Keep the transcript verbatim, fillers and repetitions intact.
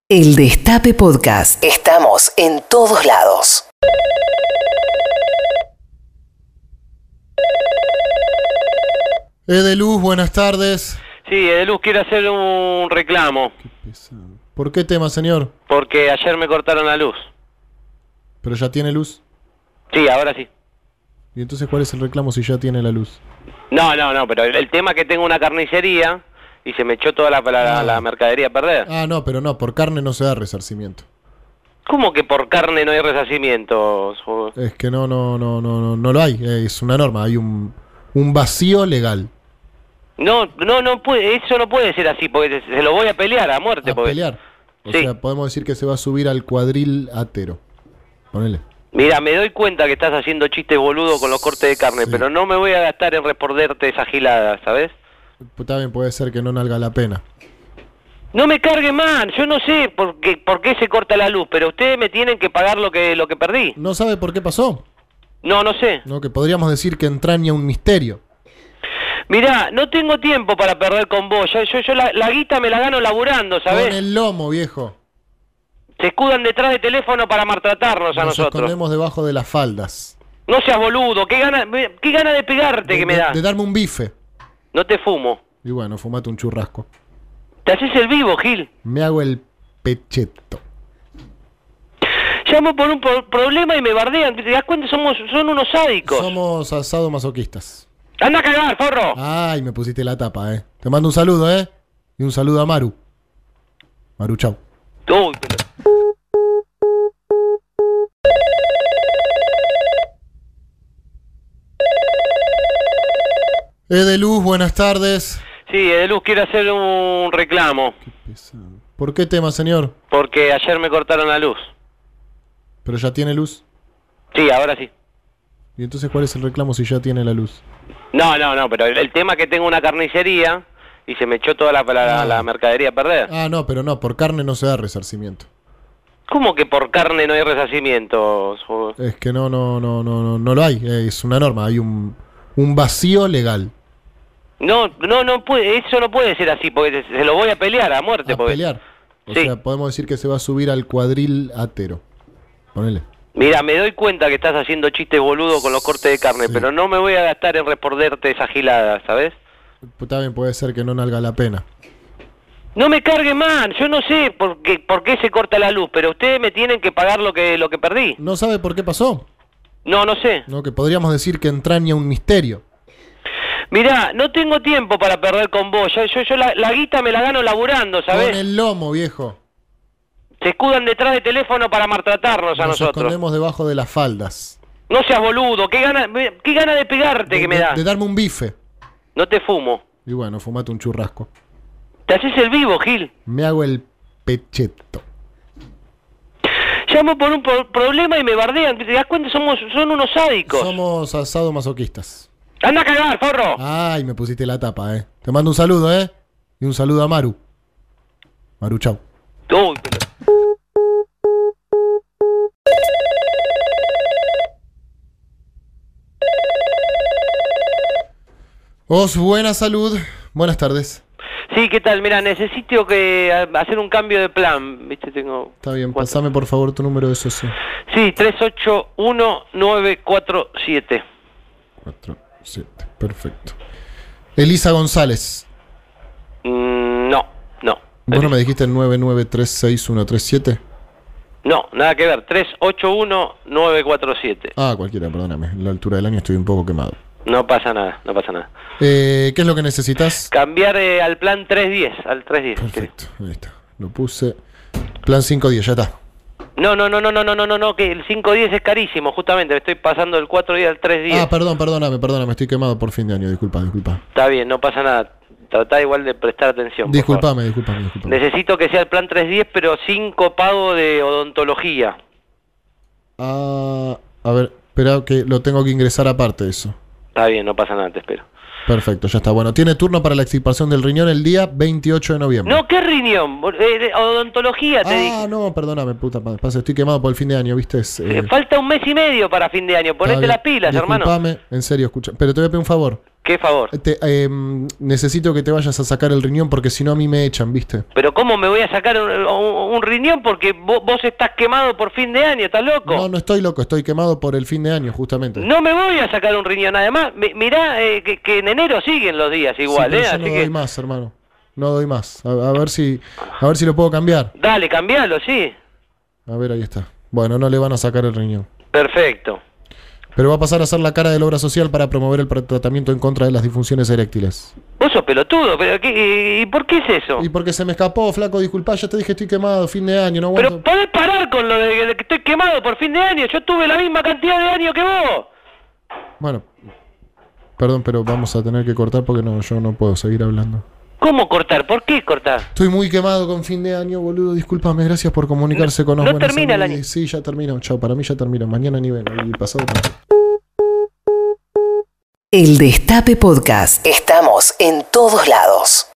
El Destape Podcast. Estamos en todos lados. Edeluz, buenas tardes. Sí, Edeluz, quiero hacer un reclamo. Qué pesado. ¿Por qué tema, señor? Porque ayer me cortaron la luz. ¿Pero ya tiene luz? Sí, ahora sí. ¿Y entonces cuál es el reclamo si ya tiene la luz? No, no, no, pero el, el tema es que tengo una carnicería y se me echó toda la, la, Ah. la mercadería a perder. Ah, no, pero no, por carne no se da resarcimiento. ¿Cómo que por carne no hay resarcimiento? Es que no, no, no, no, no, no lo hay. Es una norma, hay un, un vacío legal. No, no, no puede, eso no puede ser así, porque se, se lo voy a pelear a muerte. A porque... pelear. O Sí. sea, podemos decir que se va a subir al cuadrilátero. Ponele. Mira, me doy cuenta que estás haciendo chistes boludos con los cortes de carne, Sí. pero no me voy a gastar en responderte esa gilada, ¿sabes? Pues también puede ser que no nalga la pena. No me cargue man, yo no sé por qué, por qué se corta la luz, pero ustedes me tienen que pagar lo que, lo que perdí. ¿No sabe por qué pasó? No, no sé. No, que podríamos decir que entraña un misterio. Mirá, no tengo tiempo para perder con vos. Yo, yo, yo la, la guita me la gano laburando, Con ¿sabés? el lomo, viejo. Se escudan detrás de teléfono para maltratarnos a Nos nosotros. escondemos debajo de las faldas. No seas boludo, qué gana, qué gana de pegarte De, que me de- da. de darme un bife. No te fumo. Y bueno, fumate un churrasco. Te haces el vivo, Gil. Me hago el pecheto. Llamo por un pro- problema y me bardean. ¿Te das cuenta? Somos, son unos sádicos. Somos asadomasoquistas. Anda a cagar, forro. Ay, me pusiste la tapa, eh. Te mando un saludo, eh. Y un saludo a Maru. Maru, chau. Uy, pero- Edeluz, buenas tardes. Sí, Edeluz, quiero hacer un reclamo. Qué pesado. ¿Por qué tema, señor? Porque ayer me cortaron la luz. ¿Pero ya tiene luz? Sí, ahora sí. ¿Y entonces cuál es el reclamo si ya tiene la luz? No, no, no, pero el, el tema es que tengo una carnicería y se me echó toda la, la, Ah. la mercadería a perder. Ah, no, pero no, por carne no se da resarcimiento. ¿Cómo que por carne no hay resarcimiento? Es que no, no, no, no, no, no lo hay. Es una norma, hay un, un vacío legal. No, no, no puede, eso no puede ser así, porque se, se lo voy a pelear a muerte. A porque... pelear. O Sí. sea, podemos decir que se va a subir al cuadrilátero. Ponele. Mira, me doy cuenta que estás haciendo chistes boludos con los cortes de carne, Sí. pero no me voy a gastar en responderte esa gilada, ¿sabes? Pues también puede ser que no nalga la pena. No me cargue man, yo no sé por qué, por qué se corta la luz, pero ustedes me tienen que pagar lo que, lo que perdí. ¿No sabe por qué pasó? No, no sé. No, que podríamos decir que entraña un misterio. Mirá, no tengo tiempo para perder con vos. Yo, yo, yo la, la guita me la gano laburando, ¿sabés? Con el lomo, viejo. Se escudan detrás de teléfono para maltratarnos a Nos nosotros. escondemos debajo de las faldas. No seas boludo, qué gana, qué gana de pegarte De, que me de- da. de darme un bife. No te fumo. Y bueno, fumate un churrasco. Te haces el vivo, Gil. Me hago el pecheto. Llamo por un pro- problema y me bardean. ¿Te das cuenta? Somos, son unos sádicos. Somos asadomasoquistas. Anda a cagar, forro. Ay, me pusiste la tapa, eh. Te mando un saludo, eh. Y un saludo a Maru. Maru, chau. Uy, pero- Os, buena salud. Buenas tardes. Sí, ¿qué tal? Mira, necesito que a- hacer un cambio de plan. ¿Viste? Tengo... Está bien, cuatro. pasame por favor tu número de socio. Sí, tres ocho uno nueve cuatro siete. cuatro, siete, perfecto. Elisa González. Mm, no, no. ¿Vos no me dijiste el nueve nueve tres seis uno tres siete? No, nada que ver. tres ocho uno nueve cuatro siete. Ah, cualquiera, perdóname. En la altura del año estoy un poco quemado. No pasa nada, no pasa nada. Eh, ¿Qué es lo que necesitas? Cambiar eh, al plan tres diez, al tres diez. Perfecto, ahí está. Lo puse. Plan cinco diez, ya está. No, no, no, no, no, no, no, no, no, que el cinco diez es carísimo, justamente. Me estoy pasando del cuatro diez al tres diez. Ah, perdón, perdóname, perdóname. Estoy quemado por fin de año. Disculpa, disculpa. Está bien, no pasa nada. Tratá igual de prestar atención. por Disculpame, favor. disculpame, disculpame. Necesito que sea el plan tres diez, pero sin copago de odontología. Ah, a ver, espera que lo tengo que ingresar aparte de eso. Está bien, no pasa nada, te espero. Perfecto, ya está. Bueno, tiene turno para la extirpación del riñón el día veintiocho de noviembre. No, ¿qué riñón? Eh, de- odontología, te dije. Ah, no, perdóname, puta madre. Pasa, estoy quemado por el fin de año, ¿viste? Es, eh, Eh, Falta un mes y medio para fin de año. está Ponete bien. las pilas, hermano. Disculpame, en serio, escucha. Pero te voy a pedir un favor. ¿Qué favor? Te, eh, necesito que te vayas a sacar el riñón porque si no a mí me echan, ¿viste? Pero ¿cómo me voy a sacar un, un- un riñón porque vos, vos estás quemado por fin de año? ¿Estás loco? No, no estoy loco, estoy quemado por el fin de año, justamente. No me voy a sacar un riñón. Además, mi- mirá eh, que, que en enero siguen los días igual, Sí, pero ¿eh? yo Así no que doy más, hermano. No doy más. A, a ver si a ver si lo puedo cambiar. dale, cambialo, sí. A ver, ahí está. Bueno, no le van a sacar el riñón. Perfecto. Pero va a pasar a ser la cara de la obra social para promover el pra- tratamiento en contra de las disfunciones eréctiles. Vos sos pelotudo, pero ¿qué, ¿y por qué es eso? Y porque se me escapó, flaco, disculpa, ya te dije estoy quemado, fin de año, no aguanto. Pero podés parar con lo de, de que estoy quemado por fin de año. Yo tuve la misma cantidad de años que vos. Bueno, perdón, pero vamos a tener que cortar porque no, yo no puedo seguir hablando. ¿Cómo cortar? ¿Por qué cortar? Estoy muy quemado con fin de año, boludo, discúlpame, gracias por comunicarse No- con no nosotros. termina el año. Sí, ya termina, chao, para mí ya termina, mañana ni vengo, y pasado también. El Destape Podcast. Estamos en todos lados.